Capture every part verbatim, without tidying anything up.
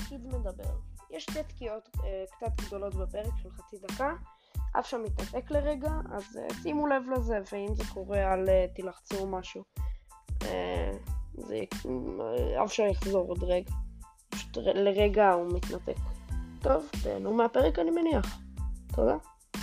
קיד מדבר. יש שתי תקיעות אה, קצת גדולות בפרק של חצי דקה, אף שם מתנתק לרגע, אז אה, שימו לב לזה, ואם זה קורה על אה, תלחצו משהו. אה, זה אה, אף שיחזור עוד רגע. פשוט לרגע הוא מתנתק. טוב, תהנו מהפרק אני מניח. תודה.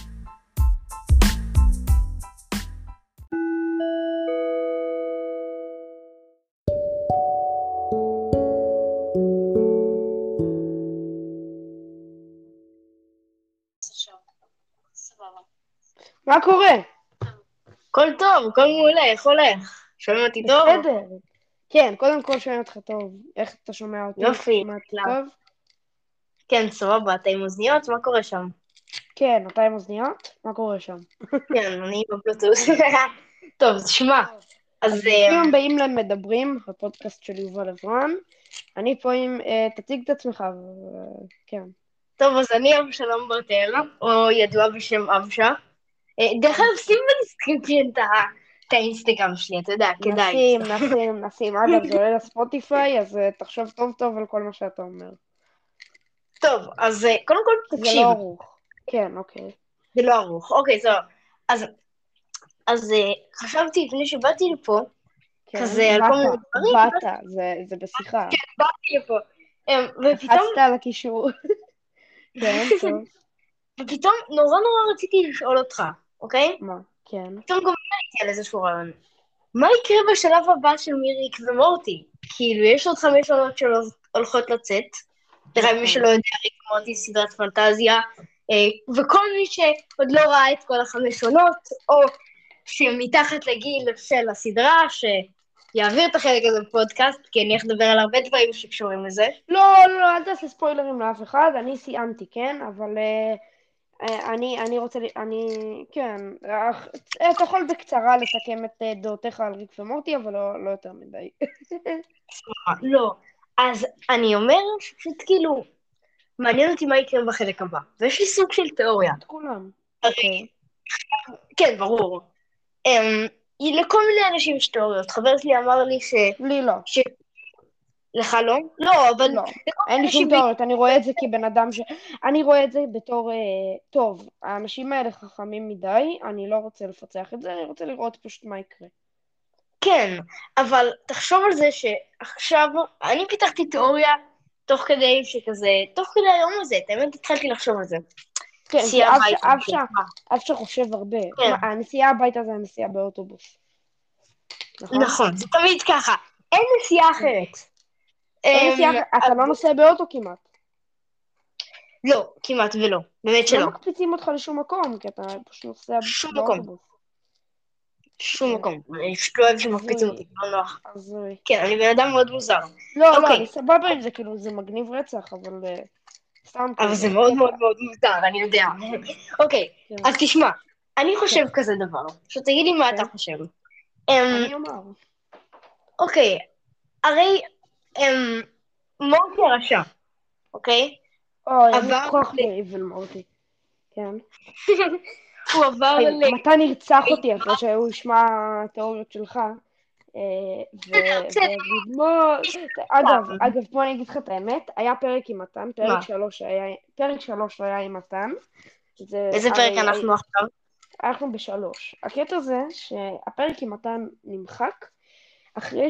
מה קורה? הכל טוב, הכל מעולה, איך הולך? שומעים אותי טוב? בסדר. כן, קודם כל שומע אותך טוב. איך אתה שומע אותי? יופי, שומע אותי למה? טוב? כן, סבבה, אתה עם אוזניות? מה קורה שם? כן, אתה עם אוזניות? מה קורה שם? כן, אני בבלוטוס. טוב, אז שמע, אז אז ברוכים אה, הבאים למדברים, הפודקאסט של יובל אברהם. אני פה עם... אה, תציג את עצמך, ו- כן. טוב, אז אני אבשלום ברטל, או ידוע בשם אבשה. אה, דרך אגב, שים בדיסקריפשן את ה- את האינסטגרם שלי, אתה יודע, כדאי. נשים, נשים, נשים. אגב, זה עולה לספוטיפיי, אז אה, תחשוב טוב טוב על כל מה שאתה אומר. טוב, אז אה, קודם כל זה תקשיב, לא ערוך. כן, אוקיי. זה לא ארוך. אוקיי, זהו. אז אז אה, חשבתי לפני שבאתי לפה, כן, כזה על כל מיני באת, דברים, באת, זה, זה בשיחה. באתי לפה. אה, ופתאום לחצת על הקישור. כן, טוב. ופתאום נורא נורא רציתי לשאול אותך, אוקיי? מה? כן. פתאום גם הייתי על איזשהו רעיון. מה יקרה בשלב הבא של מיריק ומורטי? כאילו, יש עוד חמש עונות שהולכות לצאת. דרך אגב, מי שלא נכון. יודע, ריק ומורטי סדרת פנטזיה, אה, וכל מי שעוד לא ראה את כל החמש עונות, או שמתחת לגיל של הסדרה, שיעביר את החלק הזה בפודקאסט, כי אני הולך לדבר על הרבה דברים שקשורים לזה. לא, לא, לא, אל תעשה ספוילרים לאף אחד, אני סיימתי, כן? אבל אה, אה, אני, אני רוצה, ל- אני, כן, אך- אתה יכול בקצרה לסכם את אה, דעותיך על ריק ומורטי, אבל לא, לא יותר מדי. לא. אז אני אומר שפשוט כאילו, מעניין אותי מה יקרה בחלק הבא. ויש לי סוג של תיאוריה. את כולם, הרי, אוקיי. כן, ברור. Um, לכל מיני אנשים יש תיאוריות. חבר שלי אמר לי ש... לי לא, ש... לך לא? לא, אבל לא. לכל אין מיני לי שום אנשים... תיאוריות, אני רואה את זה כבן אדם ש... אני רואה את זה בתור, אה, טוב, האנשים האלה חכמים מדי, אני לא רוצה לפצח את זה, אני רוצה לראות פשוט מה יקרה. כן, אבל תחשוב על זה שעכשיו... אני פיתחתי תיאוריה תוך כדי שכזה... תוך כדי היום הזה, את האמת התחלתי לחשוב על זה. כן, כי נסיעה אבשה, הביתה. אבשה, אבשה חושב הרבה. כן, מה, הנסיעה הביתה זה הנסיעה באוטובוס, נכון? נכון, זה תמיד ככה. אין נסיעה אחרת. אין נסיעה, אמ, אתה אז לא נוסע באוטו כמעט. לא, כמעט ולא. באמת אז לא שלא. מקפיצים אותך לשום מקום, כי אתה פשוט נוסע שום מקום. באוטובוס. שום זה מקום. אני פשוט לא אוהב שמקפיצים הזוי, אותי, לא נוח. הזוי. כן, אני בן אדם מאוד מוזר. לא, לא, אני אוקיי, סבבה עם זה, כאילו, זה מגניב רצח, אבל אה, סתם אבל זה כאילו, מאוד מאוד קטע. מאוד מוזר, אני יודע. אוקיי, כן, אז תשמע, אני כן, חושב כזה דבר. עכשיו תגיד לי מה אתה כן. חושב. אמ, אני אומר. אוקיי, הרי אמ, מורטי הרשע, אוקיי? אוי, אני עבר כוח ל... באיבל מורטי. כן. הוא עבר אוי, ל... מתן ירצח אותי אחרי שהוא ישמע תיאוריות שלך. אה, ו- בסדר, ויגיד מה, אגב, בסדר. אגב, בוא אני אגיד לך את האמת, היה פרק עם מתן, פרק מה? שלוש היה, פרק שלוש היה עם מתן, זה איזה פרק הרי, הי- אנחנו עכשיו? אנחנו בשלוש. הקטע זה שהפרק עם מתן נמחק, אחרי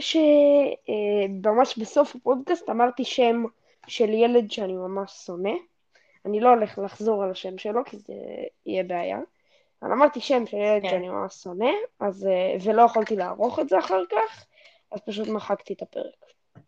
שממש בסוף הפודקאסט אמרתי שם של ילד שאני ממש שונא, אני לא הולך לחזור על השם שלו כי זה יהיה בעיה, אני אמרתי שם של ילד כן, שאני ממש שונא, אז, אה, ולא יכולתי לערוך את זה אחר כך, אז פשוט מחקתי את הפרק.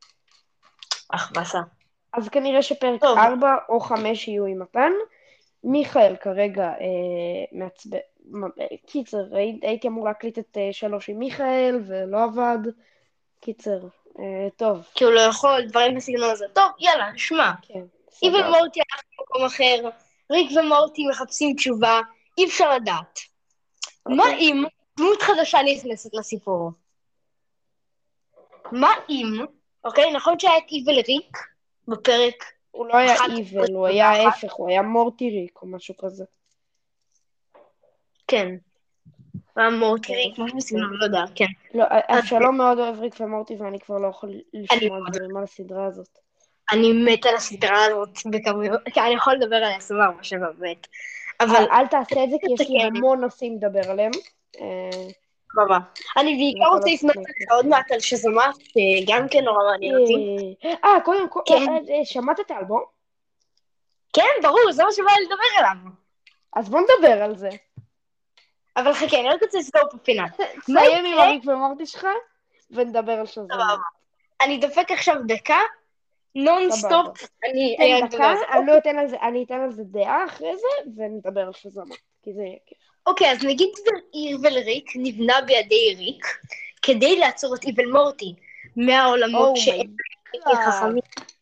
אך באסה. אז כנראה שפרק טוב, ארבע או חמש יהיו עם מתן. מיכאל כרגע אה, מעצבן, קיצר, הי, הייתי אמור להקליט את אה, שלוש עם מיכאל ולא עבד. קיצר, אה, טוב, כי הוא לא יכול, דברים בסגנון הזה. טוב, יאללה, שמע. כן, איב סבבה. ומורטי הלך למקום אחר, ריק ומורטי מחפשים תשובה, אי אפשר לדעת. מה אוקיי. אם דמות חדשה נכנסת לסיפור? מה אם, אוקיי, נכון שהיה את איבל ריק בפרק הוא לא היה אחת עשרה איבל, הוא היה ואחת? ההפך, הוא היה מורטי ריק או משהו כזה. כן, היה מורטי טוב, ריק, משהו כן. בסגנון, לא יודע, כן. לא, אז אבשלום מאוד אוהב ריק ומורטי ואני כבר לא יכול אני לשמוע מאוד, דברים על הסדרה הזאת. אני מת על הסדרה הזאת בכמויות, כי אני יכול לדבר עליה עשרים וארבע שבע באמת. אבל אל אל תעשה את זה, כי יש לי תתקן, המון נושאים לדבר עליהם. אה, סבבה. אני בעיקר וכל רוצה לפנות הספק. לך עוד מעט על שזמת, שגם כן נורא מעניין אותי. אה, אה, קודם כל, אה, כן, אה, שמעת את האלבום? כן, ברור, זה מה שבא לי לדבר עליו. אז בוא נדבר על זה. אבל חכה, אני רק רוצה לסגור פה פינה. מה תסיים עם יקרה? הריק ומורטי שלך, ונדבר על שזמת. סבבה. אני דופק עכשיו דקה, סבבה. נונסטופ, אני אני תן רק מדבר דקה, על זה. אני לא אתן על זה, אני אתן על זה דעה אחרי זה, ונדבר על שזמת, כי זה יהיה כיף. אוקיי, אז נגיד איבל ריק נבנה בידי ריק, כדי לעצור את איבל מורטי, מהעולמות Oh my שאין god. חכמים.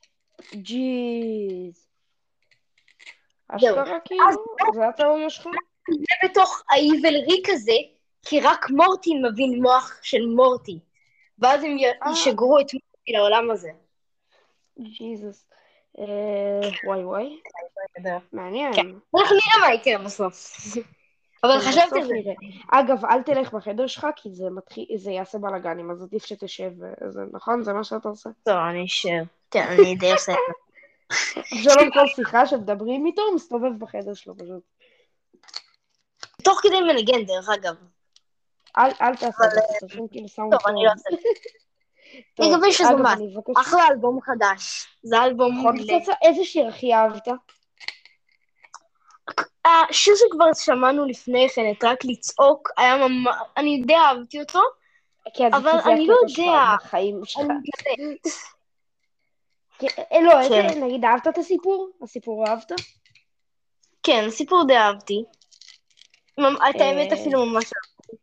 ג'יז. זהו. אשכרה אז כאילו? זה התיאוריה שלך? זה בתוך האיבל ריק הזה, כי רק מורטי מבין מוח של מורטי. ואז הם י- אה, ישגרו את מורטי לעולם הזה. ג'יזוס. אה, וואי וואי. כן. מעניין. אנחנו נראה מה יקרה בסוף. אבל כן, חשבתי על בסוף זה. נראה. אגב, אל תלך בחדר שלך, כי זה מתחיל, זה יעשה בלאגנים, אז עדיף שתשב, זה נכון? זה מה שאתה עושה? טוב, אני אשב. כן, אני די עושה את זה. אבשלום כל שיחה שמדברים איתו, הוא מסתובב בחדר שלו פשוט. תוך כדי מנגן, דרך אגב. אל, אל תעשה אבל את זה, אתה תרשום כאילו סאונד טוב, אני לא טוב. אעשה את זה. טוב, לגבי אגב, שזמת, אני מבקש... אחלה אלבום חדש. זה אלבום נכון, ל... פצצה, איזה שיר הכי אהבת? השיר שכבר שמענו לפני כן, את רק לצעוק, היה ממש... אני די אהבתי אותו, כי אז אבל כי זה אני לא הקטע שלך יודע, בחיים שלך. אני מתלבט. כי- אה, לא, איזה, כן, נגיד, אהבת את הסיפור? הסיפור אהבת? כן, סיפור די אהבתי. ממ- את האמת אה, אפילו ממש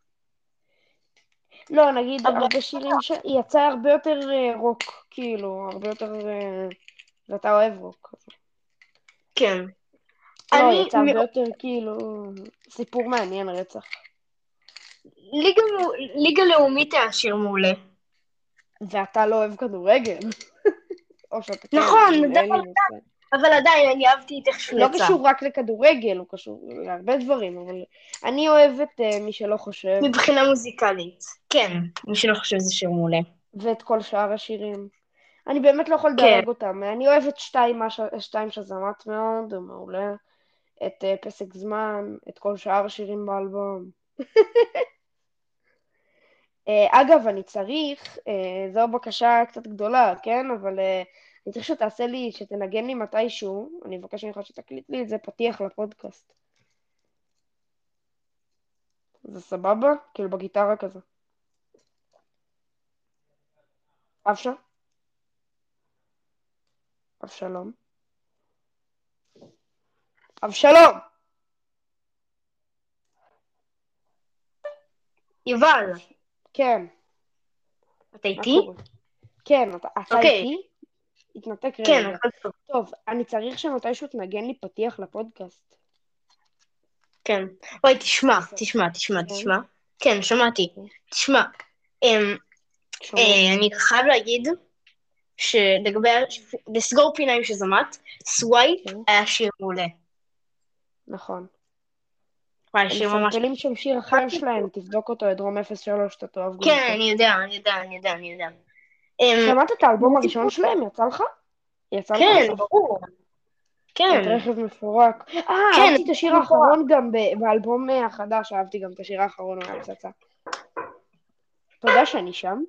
לא, נגיד, אהבתי. הרבה שירים שיצא הרבה יותר אה, רוק, כאילו, הרבה יותר... אה, ואתה אוהב רוק. כן. לא, אני, יצא הרבה יותר, כאילו, סיפור מעניין רצח. ליגה, מו- ליגה לאומית היה שיר מעולה. ואתה לא אוהב כדורגל. או שאתה כן, נכון, אני- אין לי אבל מושג. אבל עדיין, אני אהבתי את איך שהוא לא יצא. קשור רק לכדורגל, הוא קשור להרבה דברים, אבל אני אוהבת אה, מי שלא חושב, מבחינה מוזיקלית. כן, מי שלא חושב זה שיר מעולה. ואת כל שאר השירים. אני באמת לא יכול כן, לדרג אותם. אני אוהבת שתיים, מש... שתיים שזמת מאוד, הוא מעולה. את אה, פסק זמן, את כל שאר השירים באלבום. אה, אגב, אני צריך, אה, זו בקשה קצת גדולה, כן? אבל אה, אני צריך שתעשה לי, שתנגן לי מתישהו, אני מבקש ממך שתקליט לי את זה פתיח לפודקאסט. זה סבבה? כאילו בגיטרה כזה. אבשה? אבשלום? אבשלום! יובל, אבש... כן, אתה מה איתי? קורה? כן, אתה, אתה אוקיי, איתי? התנתק כן, רגע. הכל טוב. טוב, אני צריך שמתישהו תנגן לי פתיח לפודקאסט. כן. אוי, תשמע, בסדר. תשמע, תשמע, כן, תשמע. כן, שמעתי. כן. תשמע, אמ, שומע. אה, אני חייב להגיד שלגבי, לסגור פינה עם שזמת, סווייפ כן, היה שיר מעולה. נכון. וואי, הם שיר ממש... מסמפלים שם שיר אחר שלהם, תבדוק אותו, את דרום אפס שלוש, אתה תאהב גם כן, אותו. אני יודע, אני יודע, אני יודע, אני יודע. אמ, שמעת את האלבום הראשון שלהם? יצא לך? יצא לך כן, סוף? ברור. את כן, רכב מפורק. אה, כן, אהבתי את השיר מפורק. האחרון גם ב- באלבום אה, החדש, אהבתי גם את השיר האחרון, הוא היה פצצה. אתה יודע שאני שם?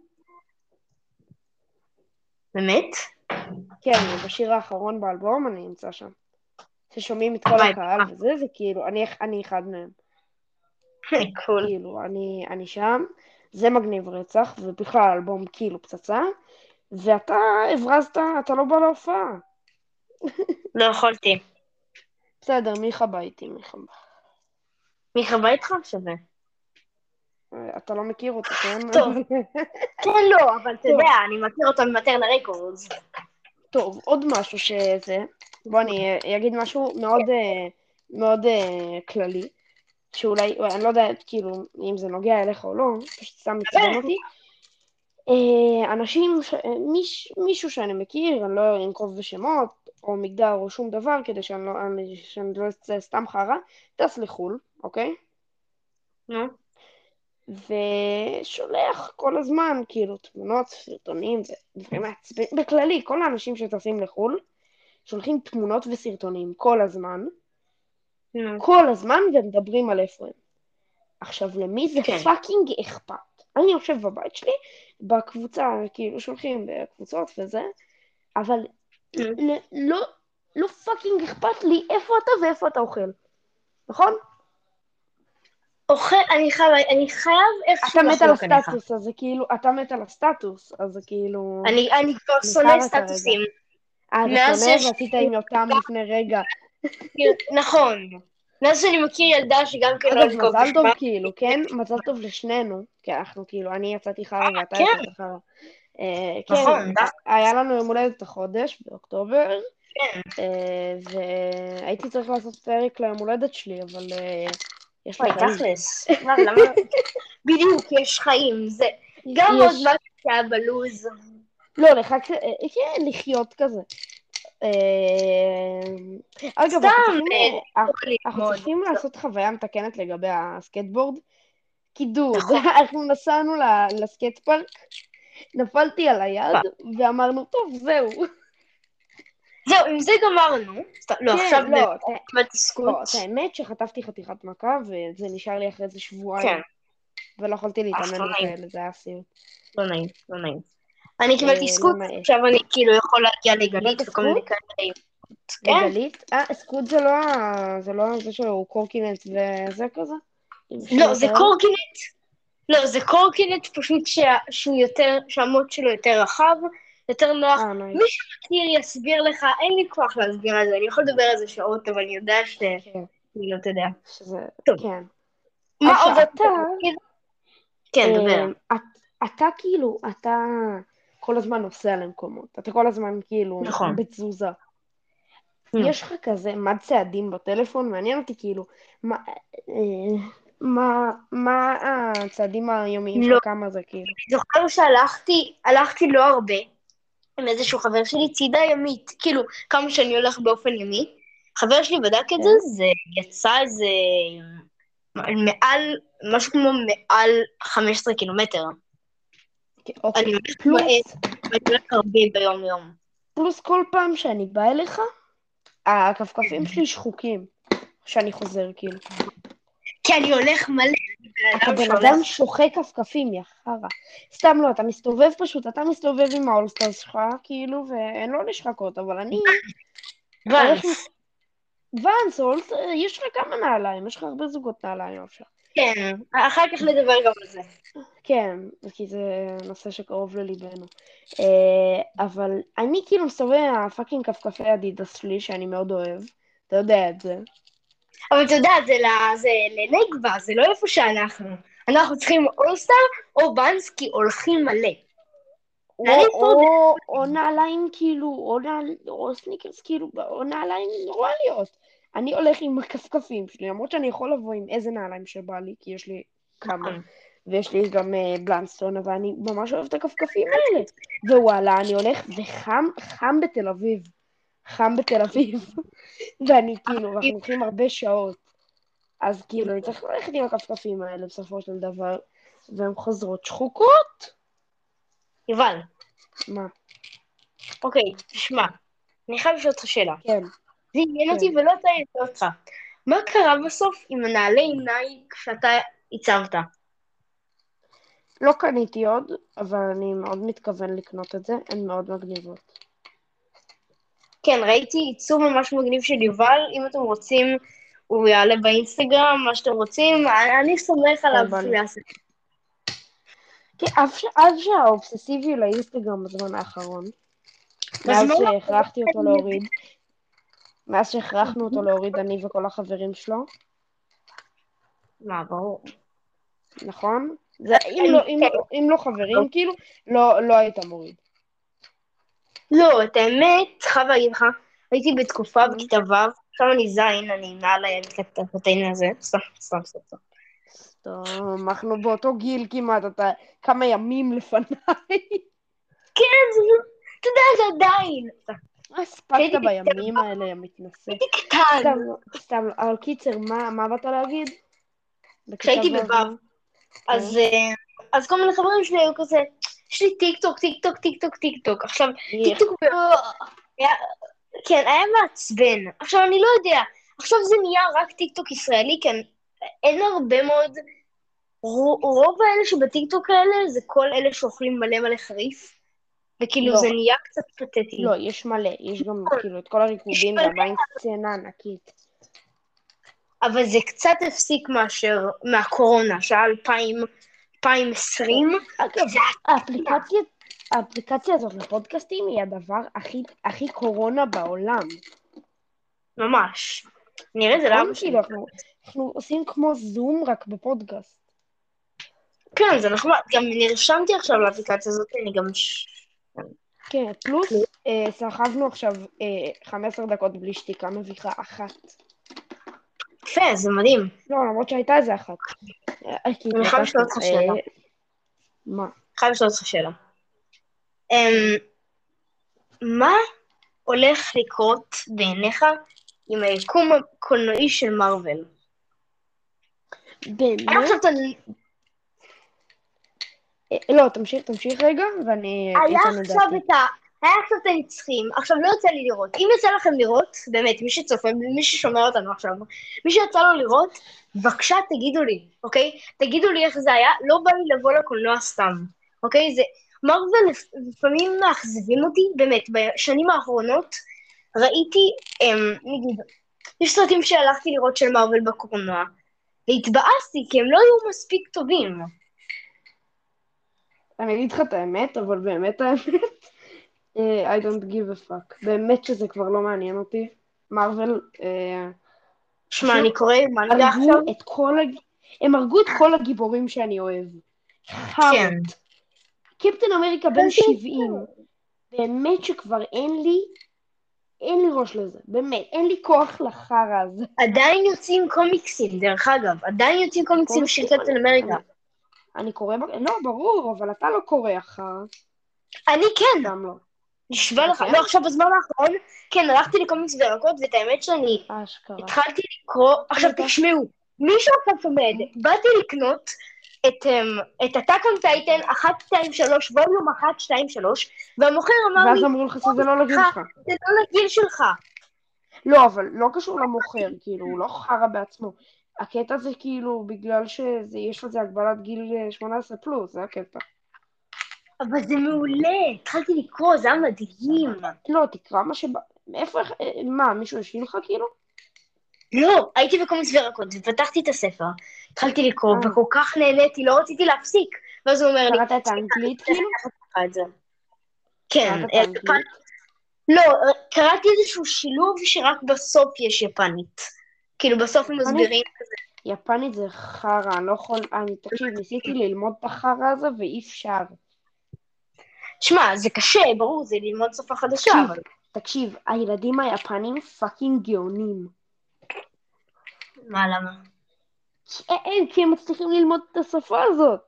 באמת? כן, בשיר האחרון באלבום אני נמצא שם. ששומעים את כל וואי, הקהל וזה, זה כאילו, אני, אני אחד מהם. קול. כאילו, אני, אני שם, זה מגניב רצח, ובכלל אלבום כאילו פצצה, ואתה הברזת, אתה לא בא להופעה. לא יכולתי. בסדר, מיכה בא איתי, מיכה בא. מיכה בא איתך? שווה. אה, אתה לא מכיר אותו, כן? טוב. כן, לא, אבל אתה טוב, יודע, אני מכיר אותו ממטרנה רקורדס. טוב, עוד משהו שזה, בוא אני אגיד משהו מאוד, אה, מאוד אה, כללי, שאולי, אני לא יודעת כאילו אם זה נוגע אליך או לא, פשוט סתם עצבן אותי. אה, אנשים, ש... אה, מיש... מישהו שאני מכיר, אני לא אנקוב בשמות, או מגדר או שום דבר, כדי שאני לא, אני, שאני לא אצא סתם חרא, טס לחו"ל, אוקיי? נו, ושולח כל הזמן, כאילו, תמונות, סרטונים, ודברים מעצבנים, בכללי, כל האנשים שטסים לחו"ל, שולחים תמונות וסרטונים כל הזמן, נו, כל הזמן, ומדברים על איפה הם. עכשיו, למי זה כן. פאקינג אכפת? אני יושב בבית שלי, בקבוצה, כאילו, שולחים בקבוצות וזה, אבל נו. ל- לא, לא פאקינג אכפת לי איפה אתה ואיפה אתה אוכל, נכון? אוכל, אני חייב, אני חייב אתה איכשהו מת על לחלוק עליך. הסטטוס, אז זה כאילו, אתה מת על הסטטוס, אז זה כאילו, אני, אני כבר שונא ניכר כרגע. סטטוסים. אה, אתה מאז שונא שיש... ועשית עם יותם לפני רגע. נכון. מאז שאני מכיר ילדה שגם כן לא אגב, לנקוב מזל טוב בשמה. כאילו, כן? מזל טוב לשנינו, כי אנחנו כאילו, אני יצאתי חרא ואתה כן, יצאת חרא. אה, כן, נכון, דווקא היה לנו יום הולדת החודש, באוקטובר, כן. אה, והייתי צריך לעשות פרק ליום הולדת שלי, אבל אה, יש לי וואי, חיים. תכלס. מה, למה? בדיוק, יש חיים. זה גם עוד יש, משהו שהיה בלוז. לא, לך, אה, כן, לחיות כזה. אה, אגב, אנחנו סתם, צריכים, אה, אה, אנחנו ללמוד. צריכים לעשות חוויה מתקנת לגבי הסקטבורד, כי דוד, נכון. אנחנו נסענו ל- לסקייט פארק, נפלתי על היד, ואמרנו, טוב, זהו. זהו, עם זה גמרנו. סתם, לא, כן, עכשיו באמת לא, את- בתסכות. לא, את האמת שחטפתי חתיכת מכה, וזה נשאר לי אחרי איזה כן, שבועיים, ולא יכולתי אך להתאמן לא נעים, וכאלה, זה היה סיוט. לא נעים, לא נעים. אני קיבלתי אה, סקוט, למעט. עכשיו אני כאילו יכול להגיע קיבלת לגלית וכל מיני סקוט? כאלה. כן. לגלית? אה, סקוט זה לא, ה- זה לא זה שהוא קורקינט וזה כזה? עם לא, שמות זה האלה? קורקינט. לא, זה קורקינט פשוט שה, שהוא יותר, שהמוט שלו יותר רחב, יותר נוח. אה, מי נייס. שמכיר יסביר לך, אין לי כוח להסביר על זה, אני יכול לדבר על זה שעות, אבל אני יודע ש... כן, אני לא יודע. שזה, טוב, כן. מה עוד עכשיו, אתה, אתה מכיר? כן, דבר. אה, את, אתה כאילו, אתה כל הזמן נוסע למקומות, אתה כל הזמן כאילו נכון. בתזוזה. נו. יש לך כזה מד צעדים בטלפון? מעניין אותי כאילו, מה, אה, מה, מה הצעדים היומיים שלך, לא, כמה זה כאילו? אני זוכר שהלכתי, הלכתי לא הרבה, עם איזשהו חבר שלי, צידה ימית, כאילו, כמה שאני הולך באופן ימי. חבר שלי בדק את זה, כן? זה יצא איזה מעל, משהו כמו מעל חמישה עשר קילומטר. כן, אני אוקיי. הולך מהר, פלוס, ואני הולך הרבה ביום יום. פלוס כל פעם שאני באה אליך, הכפכפים שלי שחוקים, כשאני חוזר כאילו. כי אני הולך מלא, אני אתה בן אדם בן שהולך, אדם שוחק כפכפים, יא חרא. סתם לא, אתה מסתובב פשוט, אתה מסתובב עם האולסטרס שלך, כאילו, והן לא נשחקות, אבל אני הולך עם ואנס. ואנס, אולסטר, יש לך כמה נעליים, יש לך הרבה זוגות נעליים אפשר. כן, אחר כך נדבר גם על זה. כן, כי זה נושא שקרוב לליבנו. אה, אבל אני כאילו מסתובב עם הפאקינג כפכפי אדידס שלי, שאני מאוד אוהב, אתה יודע את זה. אבל אתה יודע, זה, ל- זה לנגבה, זה לא איפה שאנחנו. אנחנו צריכים אולסטאר או ואנס, כי הולכים מלא. או, נעלי פורד. או, או נעליים כאילו, או, נעל, או סניקרס כאילו, או נעליים נורמליות. אני הולך עם הכפכפים שלי, למרות שאני יכול לבוא עם איזה נעליים שבא לי, כי יש לי כמה, ויש לי גם uh, בלנסטון, אבל אני ממש אוהב את הכפכפים האלה. ווואלה, אני הולך, וחם, חם בתל אביב. חם בתל אביב. ואני כאילו, אנחנו הולכים הרבה שעות. אז כאילו, אני צריך ללכת עם הכפכפים האלה בסופו של דבר, והן חוזרות שחוקות. יובל, מה? אוקיי, תשמע, אני חייב לשאול אותך שאלה. כן, זה עניין כן. אותי ולא תעניין אותך. מה קרה בסוף עם הנעלי נייק שאתה הצבת? לא קניתי עוד, אבל אני מאוד מתכוון לקנות את זה, הן מאוד מגניבות. כן, ראיתי עיצוב ממש מגניב של יובל, אם אתם רוצים, הוא יעלה באינסטגרם, מה שאתם רוצים, אני סומך עליו כן, בא לי. שהוא יעשה. כן, אף ש- אף שהאובססיבי לאינסטגרם בזמן האחרון, מאז בזמן שהכרחתי אותו האחרון, להוריד, מאז שהכרחנו אותו להוריד אני וכל החברים שלו, מה, ברור. נכון? זה, אם אני, לא, אם, כן, לא- אם לא חברים, כאילו, לא, לא היית מוריד. לא, את האמת, חייב להגיד לך, הייתי בתקופה Mm. בכיתה ו', עכשיו אני זין, אני מעל הקטעים הזה, סתם, סתם, סתם, סתם. סתום, אנחנו באותו גיל כמעט, אתה כמה ימים לפניי. כן, זה, אתה יודע, זה עדיין. מה הספקת כשהייתי בימים האלה, יא מתנשא? הייתי קטן, סתם, סתם, אבל קיצר, מה, מה באת להגיד? בכיתה כשהייתי ו' בו', מה? אז, אה, אז כל מיני חברים שלי היו כזה, יש לי טיק טוק, טיק טוק, טיק טוק, טיק טוק. עכשיו, טיק טוק היה, כן, היה מעצבן. עכשיו, אני לא יודע, עכשיו זה נהיה רק טיק טוק ישראלי, כן, אין הרבה מאוד, רוב רוב האלה שבטיק טוק האלה, זה כל אלה שאוכלים מלא מלא חריף, וכאילו לא, זה נהיה קצת פתטי. לא, יש מלא, יש גם כאילו את כל הריקודים, מלא. זה עדיין סצנה ענקית. אבל זה קצת הפסיק מאשר מהקורונה, שהיה אלפיים עשרים. אגב, האפליקציה, האפליקציה הזאת לפודקאסטים היא הדבר הכי, הכי קורונה בעולם. ממש. נראה זה נכון? לאבא שלי. כאילו, אנחנו, אנחנו עושים כמו זום רק בפודקאסט. כן, זה נחמד. גם נרשמתי עכשיו לאפליקציה הזאת, אני גם... ש- כן, פלוס אה, סחבנו עכשיו אה, חמש עשרה דקות בלי שתיקה מביכה אחת. יפה, זה מדהים. לא, למרות שהייתה איזה אחת. אה, כי אני חייב לשאול התנתקנו. אותך שאלה. אה, מה? חייב לשאול אותך שאלה. אמ, מה הולך לקרות בעיניך עם היקום הקולנועי של מארוול? באמת? אני חושבת על... אה, לא, תמשיך, תמשיך רגע, ואני היה אתן את עכשיו דעתי. את ה... היה עכשיו את הנצחים, עכשיו לא יוצא לי לראות. אם יוצא לכם לראות, באמת, מי שצופה, מי ששומע אותנו עכשיו, מי שיוצא לו לראות, בבקשה תגידו לי, אוקיי? תגידו לי איך זה היה, לא בא לי לבוא לקולנוע סתם, אוקיי? זה... מארוול לפעמים מאכזבים אותי, באמת, בשנים האחרונות ראיתי, אמ, נגיד, יש סרטים שהלכתי לראות של מארוול בקולנוע, והתבאסתי כי הם לא היו מספיק טובים. אני אגיד לך את האמת, אבל באמת האמת, אה, I don't give a fuck. באמת שזה כבר לא מעניין אותי. מארוול, אה, שמע, אני קורא מנגה הרגו עכשיו. את כל הג... הם הרגו את כל הגיבורים שאני אוהב. כן. חארות. קפטן אמריקה בן שבעים. באמת שכבר אין לי, אין לי ראש לזה. באמת, אין לי כוח לחרא הזה. עדיין יוצאים קומיקסים, דרך אגב. עדיין יוצאים קומיקסים של קפטן אמריקה. אני, אני קורא... לא, ברור, אבל אתה לא קורא אחר. אני כן. גם לא. נשבע לך. לא, עכשיו בזמן האחרון, כן, הלכתי לקומיקס וירקות, ואת האמת שאני אשכרה. התחלתי לקרוא, עכשיו תשמעו, מישהו עכשיו שומע את זה, באתי לקנות את, um, את הטאק און טייטן אחת, שתיים, שלוש, ווליום אחת, שתיים, שלוש, והמוכר אמר לי, ואז אמרו לך שזה לא לגיל שלך. זה לא לגיל שלך. לא, אבל לא קשור למוכר, כאילו, הוא לא חרא בעצמו. הקטע זה כאילו, בגלל שיש לזה הגבלת גיל שמונה עשרה פלוס, זה הקטע. אבל זה מעולה, התחלתי לקרוא, זה היה מדהים. לא, תקרא מה שבא... מאיפה, מה, מישהו השאיר לך כאילו? לא, הייתי בקומיקס וירקות, ופתחתי את הספר, התחלתי לקרוא, אה. וכל כך נהניתי, לא רציתי להפסיק. ואז הוא אומר לי, קראת את האנגלית כאילו? את זה. כן, קראת את האנגלית? לא, קראתי איזשהו שילוב שרק בסוף יש יפנית. כאילו בסוף הם מסבירים כזה. יפנית זה חרא, אני לא יכול... אני, תקשיב, ניסיתי ללמוד את החרא הזה ואי אפשר. שמע, זה קשה, ברור, זה ללמוד שפה חדשה, תקשיב, אבל... תקשיב, הילדים היפנים פאקינג גאונים. מה, למה? אין, כי הם מצליחים ללמוד את השפה הזאת.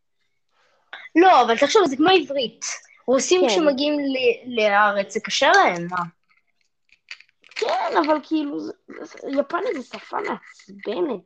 לא, אבל תחשוב, זה כמו עברית. רוסים כן. כשמגיעים ל- לארץ, זה קשה להם, מה? כן, אבל כאילו, זה- זה- יפנית זה שפה מעצבנת.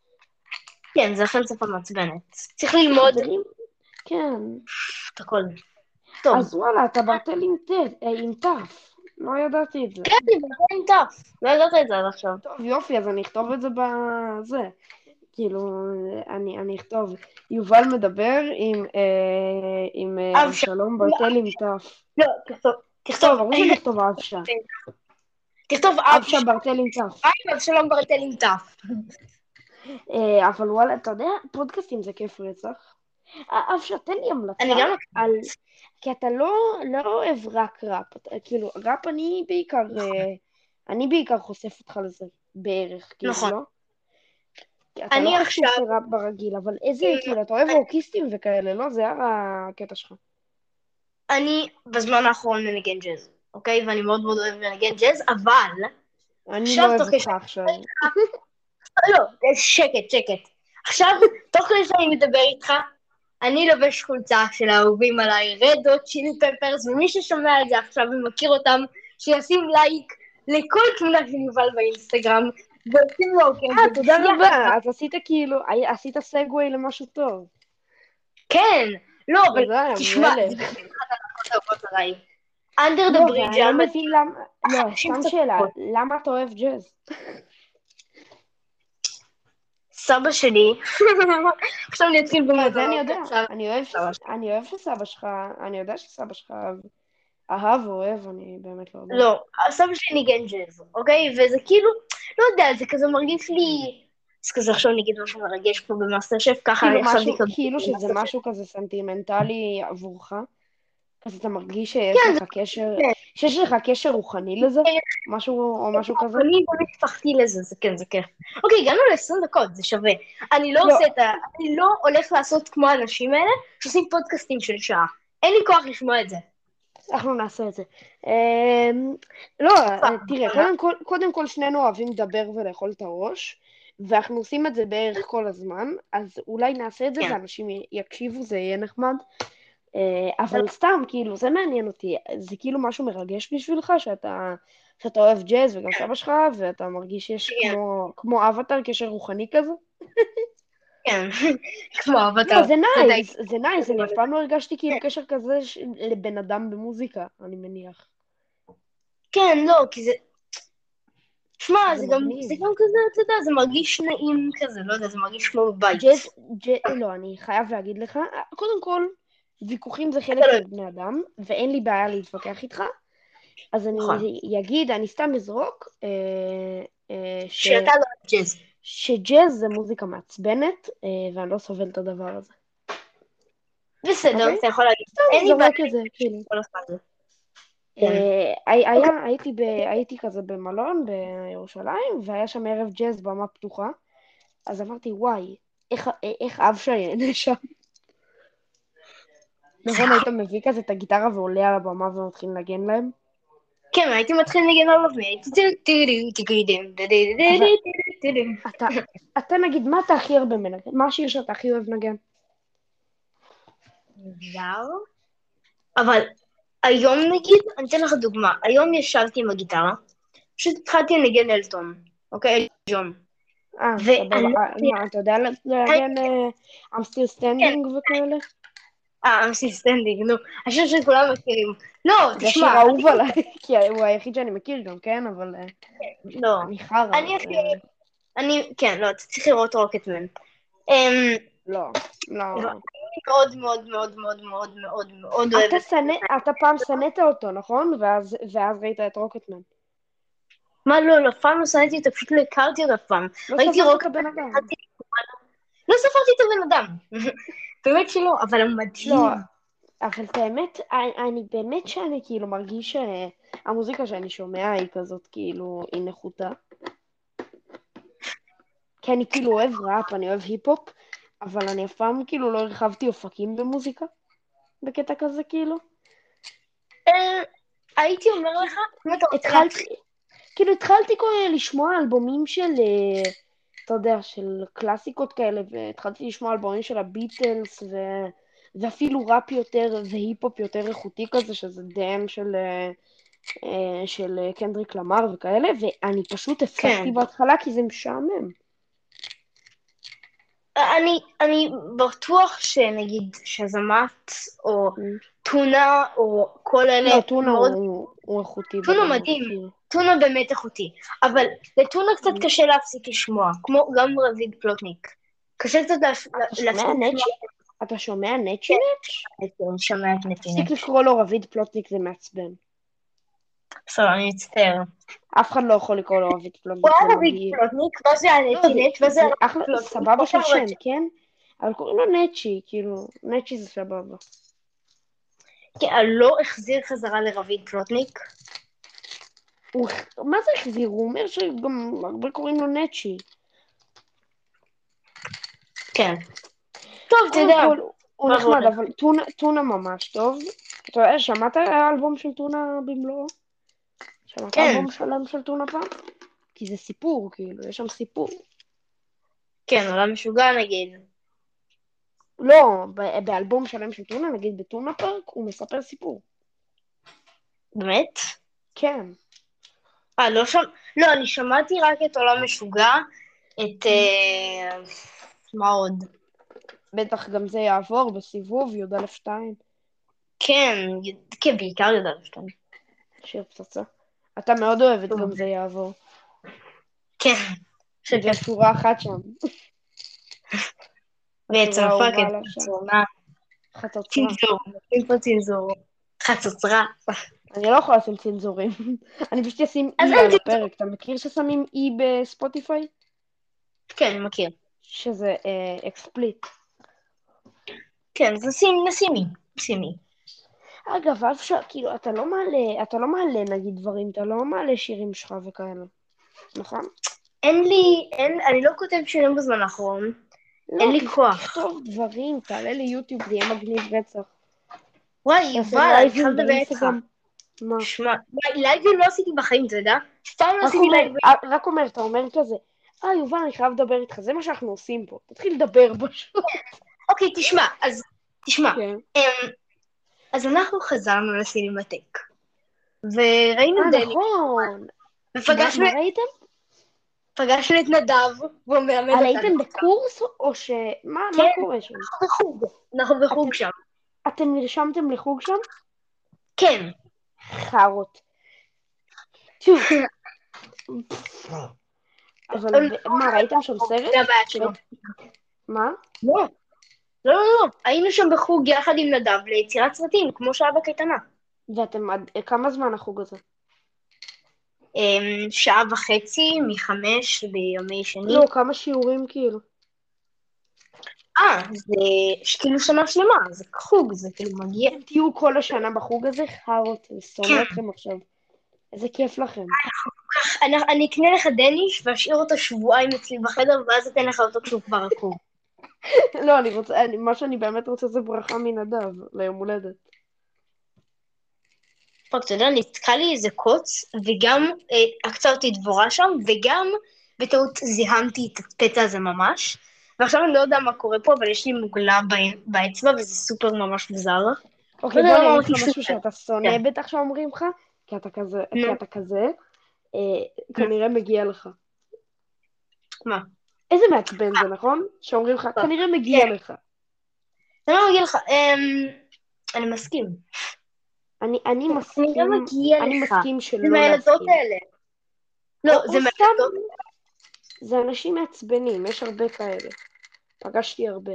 כן, זה אכן שפה מעצבנת. צריך ללמוד חברים, כן. את הכל. טוב. אז וואלה, אתה ברטל עם ת- אה, עם תף. לא ידעתי את זה. כן, זה נכון טף. לא ידעת את זה עד עכשיו. טוב, יופי, אז אני אכתוב את זה בזה. כאילו, אני, אני אכתוב, יובל מדבר עם, אה, עם אה, אבשלום ברטל עם תף. לא, תכתוב. תכתוב. טוב, ברור שאני אכתוב אבשה. תכתוב אבשה ברטל עם תף. אבשלום ברטל עם תף. אה, אבל וואלה, אתה יודע, פודקאסטים זה כיף רצח. אה, אבשה, תן לי המלצה. אני גם... על... כי אתה לא, לא אוהב רק ראפ. אתה, כאילו, ראפ אני בעיקר, אה, אני בעיקר חושף אותך לזה בערך, כאילו, נכון. לא? כי אתה אני לא עכשיו- חשוף לראפ ברגיל, אבל איזה, כאילו, אתה אוהב רוקיסטים וכאלה, לא? זה הקטע שלך. אני בזמן האחרון מנגן ג'אז, אוקיי? ואני מאוד מאוד אוהב מנגן ג'אז, אבל... אני עכשיו לא אוהב תוך אותך כדי- עכשיו. לא, שקט, שקט. עכשיו, תוך כדי שאני מדבר איתך, אני לובש חולצה של האהובים עליי, רד הוט צ'ילי פפרס, ומי ששומע את זה עכשיו ומכיר אותם, שישים לייק לכל תמונה של יובל באינסטגרם, ועושים לו, כן, אה, תודה ובשנייה, רבה, אז עשית כאילו, עשית סגווי למשהו טוב. כן, לא, אבל תודה, תשמע, זה מלך. באמת אחת הלהקות האהובות עליי. Under the לא, Bridge ואני היה לא מדהים, מבין למה, לא, אנשים סתם קצת שאלה, פחות. למה אתה אוהב ג'אז? סבא שלי, עכשיו אני אתחיל לא, את זה אני במונולוג יודע, קצר. אני אוהב, ש... סבא שלי. אני אוהב שסבא שלך, אני יודע שסבא שלך אהב, אהב או אוהב, אני באמת לא יודעת. לא, סבא שלי ניגן ג'אז, אוקיי? וזה כאילו, לא יודע, זה כזה מרגיש לי... אז כזה עכשיו נגיד משהו מרגש פה במאסטר שף, ככה כאילו ישבתי משהו, כזה כאילו שזה במאסטר שף. משהו כזה סנטימנטלי עבורך, אז אתה מרגיש שיש כן, זה לך קשר, כן. שיש לך קשר רוחני לזה? משהו, או משהו כזה? אני לא נפתחתי לזה, זה כן, זה כיף. אוקיי, הגענו ל-עשרים דקות, זה שווה. אני לא לא, עושה את ה... אני לא הולך לעשות כמו האנשים האלה, שעושים פודקאסטים של שעה. אין לי כוח לשמוע את זה. אנחנו נעשה את זה. אמ, לא, פעם, תראה, פעם. קודם כל, קודם כל שנינו אוהבים לדבר ולאכול את הראש, ואנחנו עושים את זה בערך כל הזמן, אז אולי נעשה את זה כן. ואנשים י- יקשיבו, זה יהיה נחמד. אה, אבל סתם, כאילו, זה מעניין אותי. זה כאילו משהו מרגש בשבילך, שאתה, שאתה אוהב ג'אז וגם סבא שלך, ואתה מרגיש שיש כן, כמו, כמו אבטר, קשר רוחני כזה? כן. כמו לא, אבטר. זה צודק. נייס, זה נייס, אני אף פעם לא הרגשתי כאילו קשר כזה ש... לבן אדם במוזיקה, אני מניח. כן, לא, כי זה... שמע, זה זה גם, מגניב. זה גם כזה, אתה יודע, זה מרגיש נעים כזה, לא יודע, זה מרגיש כמו בית. ג'אז, ג'אז, לא, אני חייב להגיד לך, קודם כל, ויכוחים זה אתה חלק לא... של בני אדם, ואין לי בעיה להתווכח איתך, אז נכון. אני אגיד, אני סתם אזרוק, אה, אה, ש, שאתה לא אוהב ג'אז. שג'אז זה מוזיקה מעצבנת, אה, ואני לא סובל את הדבר הזה, בסדר, אוקיי? אתה יכול להגיד. סתם אין לי בעיה זורק את זה, כאילו. עם כל אחד. כן. אה, הי- אוקיי. היה, הייתי, ב, הייתי כזה במלון בירושלים, והיה שם ערב ג'אז במה פתוחה, אז אמרתי, וואי, איך, איך אב שייהנה שם? נכון, היית מביא כזה את הגיטרה ועולה על הבמה ומתחיל לנגן להם? כן, הייתי מתחיל לנגן עליו, הייתי... אבל אתה, אתה נגיד, מה אתה הכי הרבה מנגן? מה השיר שאתה הכי אוהב לנגן? זר. אבל היום נגיד, אני אתן לך דוגמה, היום ישבתי עם הגיטרה, פשוט התחלתי לנגן אלטון, אוקיי? ג'ון. אה, סבבה. ואני לא אה, מה, אתה יודע לנגן אה, I'm still כן, standing וכאלה? אה, אמסי סטנדינג, נו, השיר שכולם מכירים. לא, זה תשמע, השיר האהוב אני, עליי, כי הוא היחיד שאני מכיר גם, כן? אבל אה, לא, אני חרא. אני הכי, אה, אני, כן, לא, אתה צריך לראות רוקטמן. אמ, לא, לא. לא, אני מאוד מאוד מאוד מאוד מאוד מאוד מאוד אתה אוהבת. שנא, אתה פעם שנאת אותו, נכון? ואז, ואז ראית את רוקטמן. מה, לא, לא, פעם לא שנאתי אותה, פשוט לא הכרתי אותה פעם. לא ראיתי ספרת את רוקטמן, הבן אדם. התחלתי לקרוא לו. לא ספרתי את הבן אדם. באמת שלא, אבל הוא לא, מדהים. אבל את האמת, אני, אני באמת שאני כאילו מרגיש שהמוזיקה שאני שומע היא כזאת כאילו, היא נחותה. כי אני כאילו אוהב ראפ, אני אוהב היפ-הופ, אבל אני אף פעם כאילו לא הרחבתי אופקים במוזיקה, בקטע כזה כאילו. אה, הייתי אומר לך, אם אתה רוצה התחלתי, להתחיל, כאילו התחלתי כל הזמן לשמוע אלבומים של, אה, אתה יודע, של קלאסיקות כאלה, והתחלתי לשמוע אלבומים של הביטלס, ו... ואפילו ראפ יותר והיפ-הופ יותר איכותי כזה, שזה דן של, אה, אה, של אה, קנדריק למר וכאלה, ואני פשוט הפסקתי כן. בהתחלה כי זה משעמם. אני, אני בטוח שנגיד שזמת, או Mm. טונה, או כל אלה לא, טונה מאוד, הוא, הוא איכותי טונה ברמות, מדהים, כאילו. טונה באמת איכותי, אבל לטונה קצת Mm. קשה להפסיק לשמוע, כמו גם רביד פלוטניק. קשה קצת להפ- אתה שומע להפסיק לשמוע. נצ'י? אתה שומע נצ'י כן, נץ'? אני שומע את תפסיק נטינץ'. לקרוא לו רביד פלוטניק, זה מעצבן. בסדר, אני מצטער. אף אחד לא יכול לקרוא לו רביד הוא פלוטניק, זה היה רביד מגעיל. פלוטניק, ואז היה לא, זה, נטינץ', ואז זה היה רביד אחלה, פלוטניק, סבבה של ועכשיו שם, רצ'ט. כן? אבל קוראים לו נצ'י, כאילו, נצ'י זה סבבה. כן, לא החזיר חזרה לרביד פלוטניק. הוא, מה זה החזיר? הוא אומר שגם הרבה קוראים לו נצ'י. כן. טוב, אתה קודם יודע. כל, הוא מה בוא נחמד, נתחיל? אבל טונה, טונה ממש טוב. אתה יודע, שמעת האלבום של טונה במלואו? שמעת כן, אלבום שלם של טונה פעם? כי זה סיפור, כאילו, יש שם סיפור. כן, עולם משוגע נגיד. לא, ב- באלבום שלם של טונה, נגיד בטונה פארק, הוא מספר סיפור. באמת? כן. אה, לא שם... לא, אני שמעתי רק את עולם משוגע, את... אה, מה עוד? בטח גם זה יעבור בסיבוב, י"א שתיים, כן, י- כן, בעיקר יודעת שתיים. שיר פצצה. אתה מאוד אוהב את גם זה יעבור. כן, בגלל שכן. שורה אחת שם. בעצם השורה האהובה פאקד, עליו שם. צורנה, חצוצרה. צנזור, נשים פה צנזור, חצוצרה. אני לא יכולה לשים צנזורים. אני פשוט אשים אז אי אין על צנזור. הפרק. אתה מכיר ששמים אי בספוטיפיי? כן, אני מכיר. שזה אה, אקספליט. כן, אז נשים, נשימי, נשימי. אגב, אף ש... כאילו, אתה לא מעלה, אתה לא מעלה נגיד דברים, אתה לא מעלה שירים שלך וכאלה, נכון? אין לי, אין, אני לא כותב שירים בזמן האחרון. אין לא, לי תכ- כוח. תכתוב דברים, תעלה ליוטיוב, זה יהיה מגניב רצח. וואי, תעשה יובל, אני חייב לייבים לדבר איתך. באינסטגרם. מה? שמע, וואי, לייבים לא עשיתי בחיים, אתה יודע? אף פעם לא רק עשיתי אומר, לייבים. אה, רק אומר, אתה אומר כזה, אה, יובל, אני חייב לדבר איתך, זה מה שאנחנו עושים פה. תתחיל לדבר פשוט. אוקיי, תשמע, אז, תשמע. כן. אמ, אז אנחנו חזרנו לסינמטק, וראינו אה, דני, נכון. מה, ופגשנו מה ראיתם? פגשנו את נדב, והוא מלמד אבל אותנו. הייתם בקורס, או ש... מה, מה כן, קורה שם? אנחנו בחוג, אנחנו אתם, בחוג שם. אתם נרשמתם לחוג שם? כן. חארות. שוב, אבל ו- מה, ראיתם שם סרט? זה הבעיה שלו. ראית... מה? לא, לא, לא, לא. היינו שם בחוג יחד עם נדב ליצירת סרטים, כמו שהיה בקייטנה. ואתם עד... כמה זמן החוג הזה? אמ, שעה וחצי מחמש ביומי שני. לא, כמה שיעורים כאילו. אה, זה כאילו שנה שלמה, זה חוג, זה כאילו מגיע. אתם תהיו כל השנה בחוג הזה? חארות, אני שונא כן, אתכם עכשיו. איזה כיף לכם. אני, אני אקנה לך דניש ואשאיר אותו שבועיים אצלי בחדר, ואז אתן לך אותו כשהוא כבר רקוב. לא, אני רוצה, אני, מה שאני באמת רוצה זה ברכה מנדב ליום הולדת. רק, אתה יודע, נתקע לי איזה קוץ, וגם אה, עקצה אותי דבורה שם, וגם בטעות זיהמתי את הפצע הזה ממש. ועכשיו אני לא יודע מה קורה פה, אבל יש לי מוגלה באצ- באצבע, וזה סופר ממש מוזר. לא אוקיי, יודע בוא אני למה אגיד אותי לך משהו סופר. שאתה שונא כן, בטח שאומרים לך, כי אתה כזה, כי נו, אתה כזה, אה, נו, כנראה מגיע לך. מה? איזה מעצבן זה, נכון? שאומרים לך, טוב, כנראה כן, מגיע לך. אני לא מגיע לך, אמ, אני מסכים. אני, אני כנראה מסכים, מגיע אני לך. מסכים זה שלא מהילדות להסכים. האלה. או, לא, זה או סתם, מהילדות. זה אנשים מעצבנים, יש הרבה כאלה. פגשתי הרבה.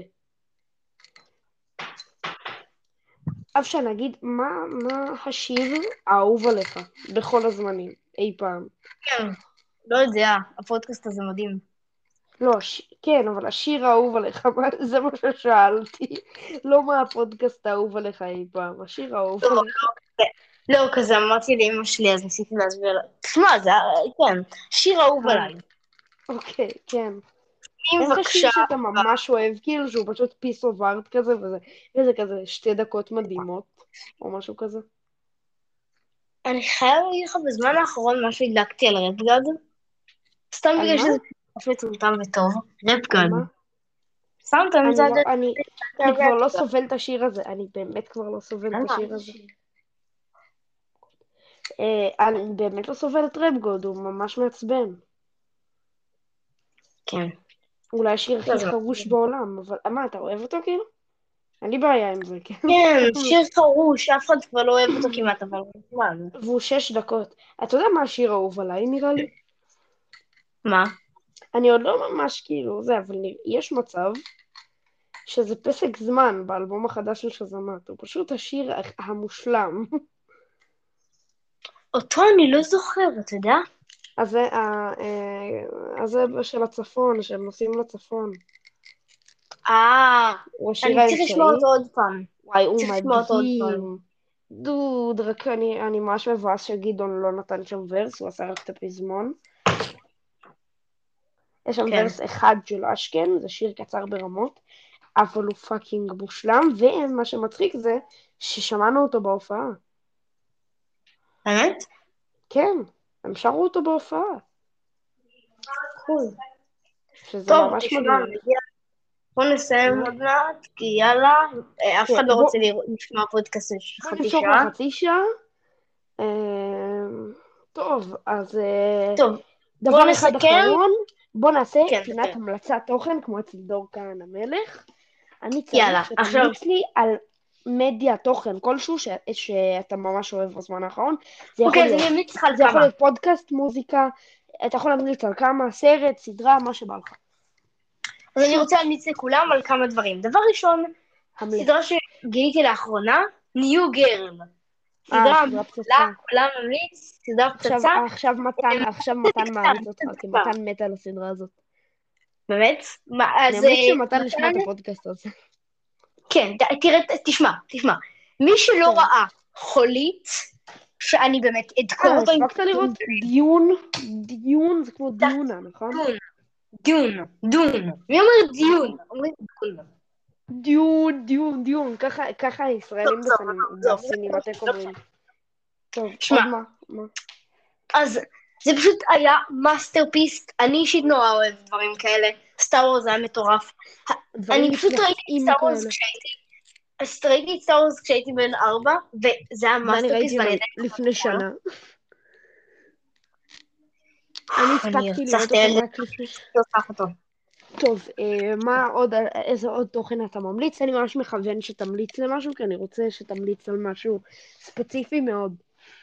אף שנגיד, מה, מה השיר האהוב עליך בכל הזמנים, אי פעם? כן, לא יודע, הפודקאסט הזה מדהים. לא, הש... כן, אבל השיר האהוב עליך, מה- זה מה ששאלתי. לא מה הפודקאסט האהוב עליך אי פעם, השיר האהוב לא, עליך. לא, כזה אמרתי לאמא שלי, אז ניסיתי להסביר לה. תשמע, זה, כן, שיר אהוב אה, עליי. אוקיי, כן. אם אין לך שיר בבקשה, שאתה ממש אוהב, כאילו שהוא פשוט פיס אוף ארט כזה, וזה, וזה כזה שתי דקות מדהימות, או משהו כזה. אני חייב להגיד לך, בזמן האחרון משהו הדלקתי על רפגד, סתם על בגלל מה? שזה ממש מטומטם וטוב. על רפגד. מה? שמת אני מצד לא, אני, אני כבר לא רפגד. סובל את השיר הזה, אני באמת כבר לא סובל את השיר הזה. אה, אני באמת לא סובל את רפגוד, הוא ממש מעצבן. כן. אולי השיר לא, הכי זה חרוש בעולם, אבל מה, אתה אוהב אותו כאילו? אין לי בעיה עם זה, כן? כן, שיר חרוש, אף אחד כבר לא אוהב אותו כמעט, אבל נחמד. והוא שש דקות. אתה יודע מה השיר האהוב עליי נראה לי? מה? אני עוד לא ממש כאילו זה, אבל נרא- יש מצב שזה פסק זמן באלבום החדש של שזמת, הוא פשוט השיר ה- המושלם. אותו אני לא זוכר, אתה יודע? אז זה ה- אה, אז זה של הצפון, שהם נוסעים לצפון. אה, הוא השיר אני צריך לשמוע האמצעי. אותו עוד פעם. וואי, הוא צריך לשמוע אותו עוד פעם. מדהים. דוד, רק אני, אני ממש מבאס שגדעון לא נתן שם ורס, הוא עשה רק את הפזמון. יש שם כן. ורס אחד של אשכן, זה שיר קצר ברמות, אבל הוא פאקינג מושלם, ומה שמצחיק זה ששמענו אותו בהופעה. באמת? כן, הם שרו אותו בהופעה, קול. שזה טוב, ממש תשמע, מגניב. מגיע. בוא נסיים עוד מעט, כי יאללה, אה, אף כן, אחד לא בוא, רוצה לראות- לשמוע פודקאסט של בוא חצי נמשוך שעה. לחצי שעה. אמ, טוב, אז אה, טוב, בוא דבר אחד נסכם. אחרון, בוא נעשה כן, פינת בסדר. המלצת תוכן, כמו אצל דור כהן המלך. אני יאללה, צריך עכשיו, שתמליץ לי על מדיה תוכן כלשהו ש... שאתה ממש אוהב בזמן האחרון. זה יכול אוקיי, אז להיות, אני אמליץ לך על זה יכול כמה. להיות פודקאסט, מוזיקה, אתה יכול להמליץ על כמה, סרט, סדרה, מה שבא לך. אז אני שוט, רוצה להמליץ לכולם על כמה דברים. דבר ראשון, סדרה המלך. שגיליתי לאחרונה, ניו גרל. אה, סדרה סדרה מעולה, פצצה. כולם ממליץ, סדרה עכשיו, פצצה. עכשיו מתן, עכשיו מתן מעריץ אותך, כי מתן מת על הסדרה הזאת. באמת? מה, אני אז אמליץ אה, למתן לשמוע את מתן, הפודקאסט הזה. כן, ת- תראה, ת- תשמע, תשמע. מי שלא כן. ראה חולית, שאני באמת אדקור אה, אותו עם הספקת לראות דיון? דיון זה כמו דיונה, נכון? דון, דון, דון. מי אומר דיון? אומרים דון. דיון, דיון, דיון. ככה, ככה טוב, הישראלים טוב, בסינמ- טוב, בסינמטק לא אומרים. משנה. טוב, שמע, עוד מה? מה? אז זה פשוט היה מאסטרפיסט. אני אישית נורא אוהב דברים כאלה. סטאר וורס היה מטורף. דברים אני פשוט ראיתי את נפלאים סטאר וורס כאלה. כשהייתי, אז ראיתי את סטאר וורס כשהייתי בן ארבע, וזה היה ואני מאסטרפיסט ראיתי ואני אותם עדיין לפני זוכרת שנה. אני אותו. אני הספקתי ארצח לראות את אותם הילד, רק לפני... ארצח אותו. טוב, אה, מה עוד, איזה עוד תוכן אתה ממליץ? אני ממש מכוון שתמליץ למשהו, כי אני רוצה שתמליץ על משהו ספציפי מאוד.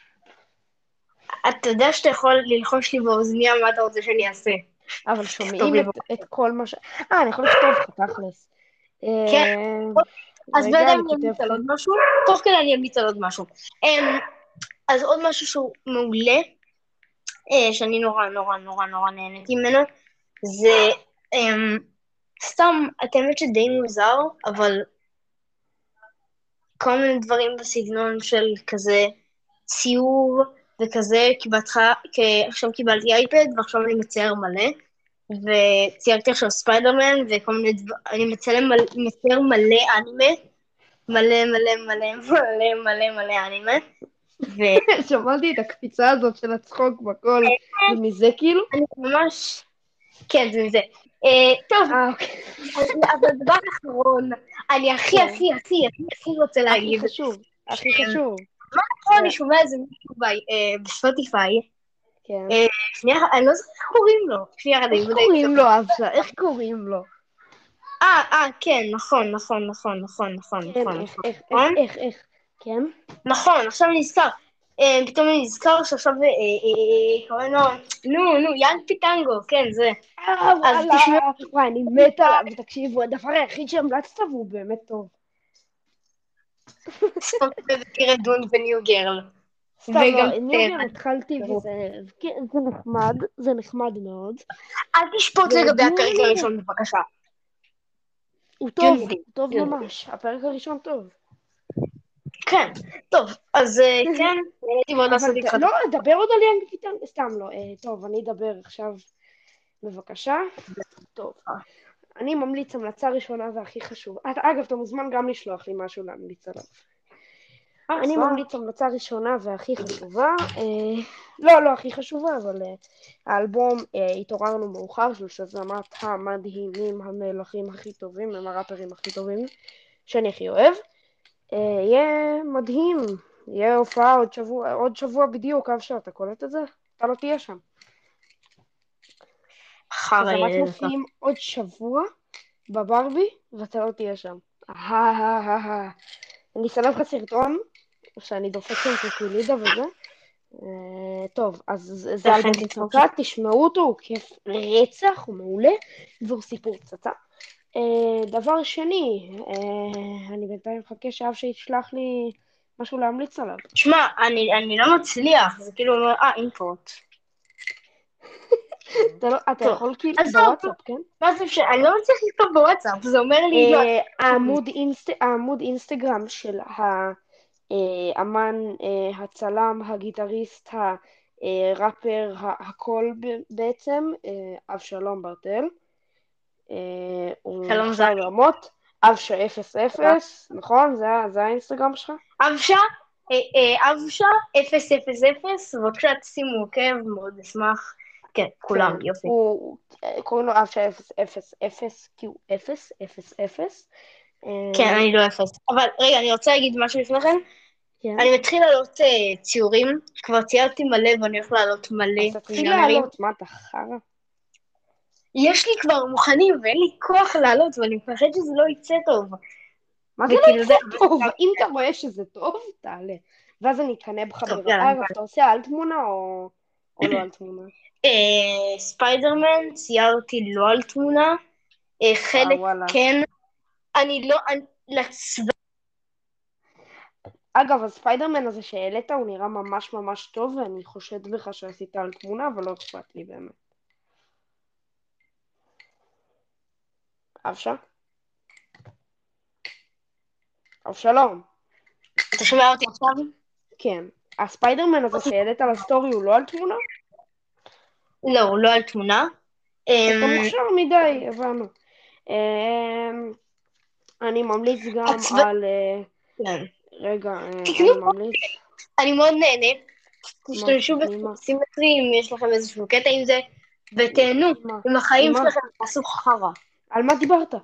אתה יודע שאתה יכול ללחוש לי באוזניה מה אתה רוצה שאני אעשה. אבל תכתוב שומעים לי את, בבקשה. את כל מה ש... אה, אני יכול לכתוב לך, תכלס. כן, אה, אז רגע, בינתיים אני אני כותב אמליץ על לך. עוד משהו, תוך כדי אני אמליץ על עוד משהו. אמ, אז עוד משהו שהוא מעולה, אה, שאני נורא נורא נורא נורא נהניתי ממנו, זה אמ, סתם, את האמת שדי מוזר, אבל כל מיני דברים בסגנון של כזה ציור וכזה, כי בהתחלה, כי עכשיו קיבלתי אייפד ועכשיו אני מצייר מלא, וציירתי עכשיו ספיידרמן וכל מיני דברים, אני מצלם מלא, מצייר מלא אנימה, מלא מלא מלא מלא מלא מלא אנימה, ואני שמעתי את הקפיצה הזאת של הצחוק בקול, זה מזה כאילו? ממש, כן, זה מזה. אה, טוב, אה, אוקיי. אז אז הדבר האחרון, אני הכי כן, הכי הכי הכי הכי רוצה הכי להגיד, חשוב, הכי שמה חשוב. נכון, זה- אני שומע איזה מישהו ב- אה, בספוטיפיי, כן. אה, שנייה, אני לא זוכר איך קוראים לו, שנייה, אני איך בודקת קוראים אותו. לו, אבשה? איך קוראים לו? אה, אה, כן, נכון, נכון, נכון, נכון, נכון, כן, נכון, איך, נכון, איך, איך, נכון, איך, איך, כן? נכון, עכשיו אני נזכר, אה, פתאום אני נזכר שעכשיו, אה, אה, אה, קוראים לו, נו, נו, יאנג פיטנגו, כן, זה, אה, אז וואלה. תשמעו, וואי, אני מתה עליו, ותקשיבו, הדבר היחיד שהמלצת והוא באמת טוב. ספוטיפיי ותראה דון וניו גרל, סתם וגם, לא, ניוגן התחלתי וזה, כן, זה נחמד, זה נחמד מאוד. אל תשפוט לגבי ודיון הפרק אני יודע, הראשון, בבקשה. הוא דיון טוב, מדהים, הוא טוב דיון מדהים. ממש, הפרק הראשון טוב. כן, טוב, אז אה, כן, נהניתי מאוד אבל לעשות ת- איתך את לא, דבר עוד על יאנג פיטנגו, סתם לא, אה, טוב, אני אדבר עכשיו, בבקשה. טוב, אני ממליץ המלצה ראשונה והכי חשובה. את- אגב, אתה מוזמן גם לשלוח לי משהו להמליץ עליו. אה, אני סבבה. ממליץ המלצה ראשונה והכי חשובה, אה, לא, לא הכי חשובה, אבל אה, האלבום אה, התעוררנו מאוחר של שזמת המדהימים, המלכים הכי טובים, הם הראפרים הכי טובים שאני הכי אוהב. אה, יהיה מדהים, יהיה הופעה עוד שבוע, עוד שבוע בדיוק, אבשר, אתה קולט את זה? אתה לא תהיה שם. אחר שזמת הילד אתה. מופיעים עוד שבוע בברבי, ואתה לא תהיה שם. אהה, אהה, אהה. אני אסלם לך סרטון, שאני דופק שם קוקולידה וזה. אה, טוב, אז זה- זה לכן אלבום תצחוק פצצה, תשמעו אותו, הוא כיף רצח, הוא מעולה, והוא סיפור פצצה. אה, דבר שני, אה, אני בינתיים מחכה שאב שישלח לי משהו להמליץ עליו. שמע, אני, אני לא מצליח, זה כאילו אומר, אה, אימפורט. אתה לא- אתה טוב, יכול כאילו עזוב, בוואטסאפ, כן? מה זה אפשר? אני לא מצליח לכתוב בוואטסאפ, זה אומר לי, לא, אה, העמוד אינסט- העמוד אינסטגרם של האמן, אה, הצלם, הגיטריסט, הראפר, ה- הכל ב- בעצם, אה, אבשלום ברטל. אה, הוא שלום זין. נחשב ברמות, אבשה אפס אפס, נכון? זה ה- זה האינסטגרם שלך? אבשה, אה, אה, אבשה, אפס אפס אפס, בבקשה תשימו עוקב, מאוד נשמח. כן, כן, כולם, יופי. הוא, אה, קוראים לו אבשה אפס אפס אפס, כי הוא אפס אפס אפס. כן, אה, אני לא אפס. אבל רגע, אני רוצה להגיד משהו לפני כן. כן. אני מתחיל לעלות uh, ציורים, כבר ציירתי מלא ואני הולך לעלות מלא אז תתחיל פינונרים. לעלות, מה אתה חרא? יש לי כבר מוכנים ואין לי כוח לעלות ואני מפחד שזה לא יצא טוב. מה זה לא וכאילו יצא זה... טוב? אם אתה רואה שזה טוב, תעלה. ואז אני אקנא בך טוב, ברע. יאללה. אגב, אתה עושה על תמונה או, או לא על תמונה? אה, ספיידרמן, ציירתי לא על תמונה, אה, אה, חלק וואלה. כן, אני לא, אני, לצבע, אגב, הספיידרמן הזה שהעלית הוא נראה ממש ממש טוב, ואני חושד בך שעשית על תמונה, אבל לא אכפת לי באמת. אבשה? אבשלום. אתה שומע אותי עכשיו? כן. הספיידרמן הזה שהעלית לסטורי הוא לא על תמונה? לא, הוא לא על תמונה. אתה אמ, מוכשר מדי, הבנו. אמ, אני ממליץ גם הצבע, על... אה, כן. רגע, אה, תקנו אני פה, ממליץ... אני מאוד נהנה, מה? תשתמשו תקני מה? בסימטרי אם יש לכם איזשהו קטע עם זה, ותהנו תקני מה? עם תקני החיים מה? שלכם, תעשו חרא. על מה דיברת?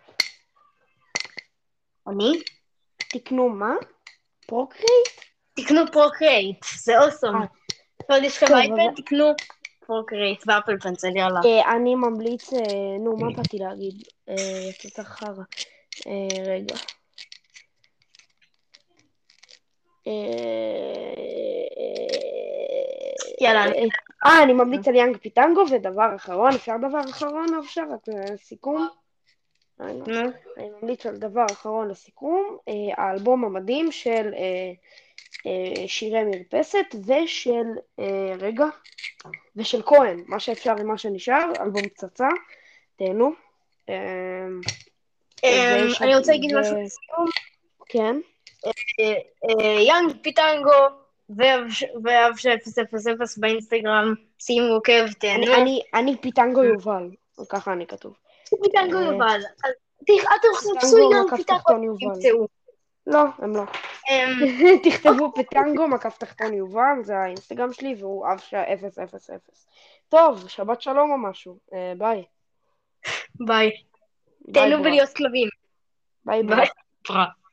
אני? תקנו מה? פרוקריט? תקנו פרוקרייט, זה אוסום. אה, עוד יש לכם טוב, אז אייפד, תקנו פרוקרייט ואפל פנסל, יאללה. אה, אני ממליץ... אה, נו, מה באתי להגיד? אה, יצאת חרא. אה, רגע. יאללה, אני... אה, אני ממליץ על יאנג פיטנגו, ודבר אחרון, אפשר דבר אחרון, אפשר רק סיכום. נו. אני ממליץ על דבר אחרון לסיכום, אה, האלבום המדהים של אה, אה, שירי מרפסת ושל, אה, רגע, ושל כהן, מה שאפשר עם מה שנשאר, אלבום פצצה, תהנו. אה, אמ, וש... אני רוצה להגיד ו... משהו לסיום. כן. אה, אה, יאנג פיטנגו ואב אפס אפס אפס באינסטגרם, שימו עוקב, אני, תהנו. אני, אני פיטנגו יובל, ככה אני כתוב. פיטנגו אה, יובל, אז תראו, אתם תחפשו פיטנגו יאנג מקף פיטנגו, תחתון יובל. תמצאו. לא, הם לא. אמ, תכתבו פיטנגו מקף תחתון יובל, זה האינסטגרם שלי, והוא אבשה אפס אפס אפס. טוב, שבת שלום או משהו. אה, ביי. ביי. ביי תהנו ברה. בלהיות כלבים. ביי ברה. ביי.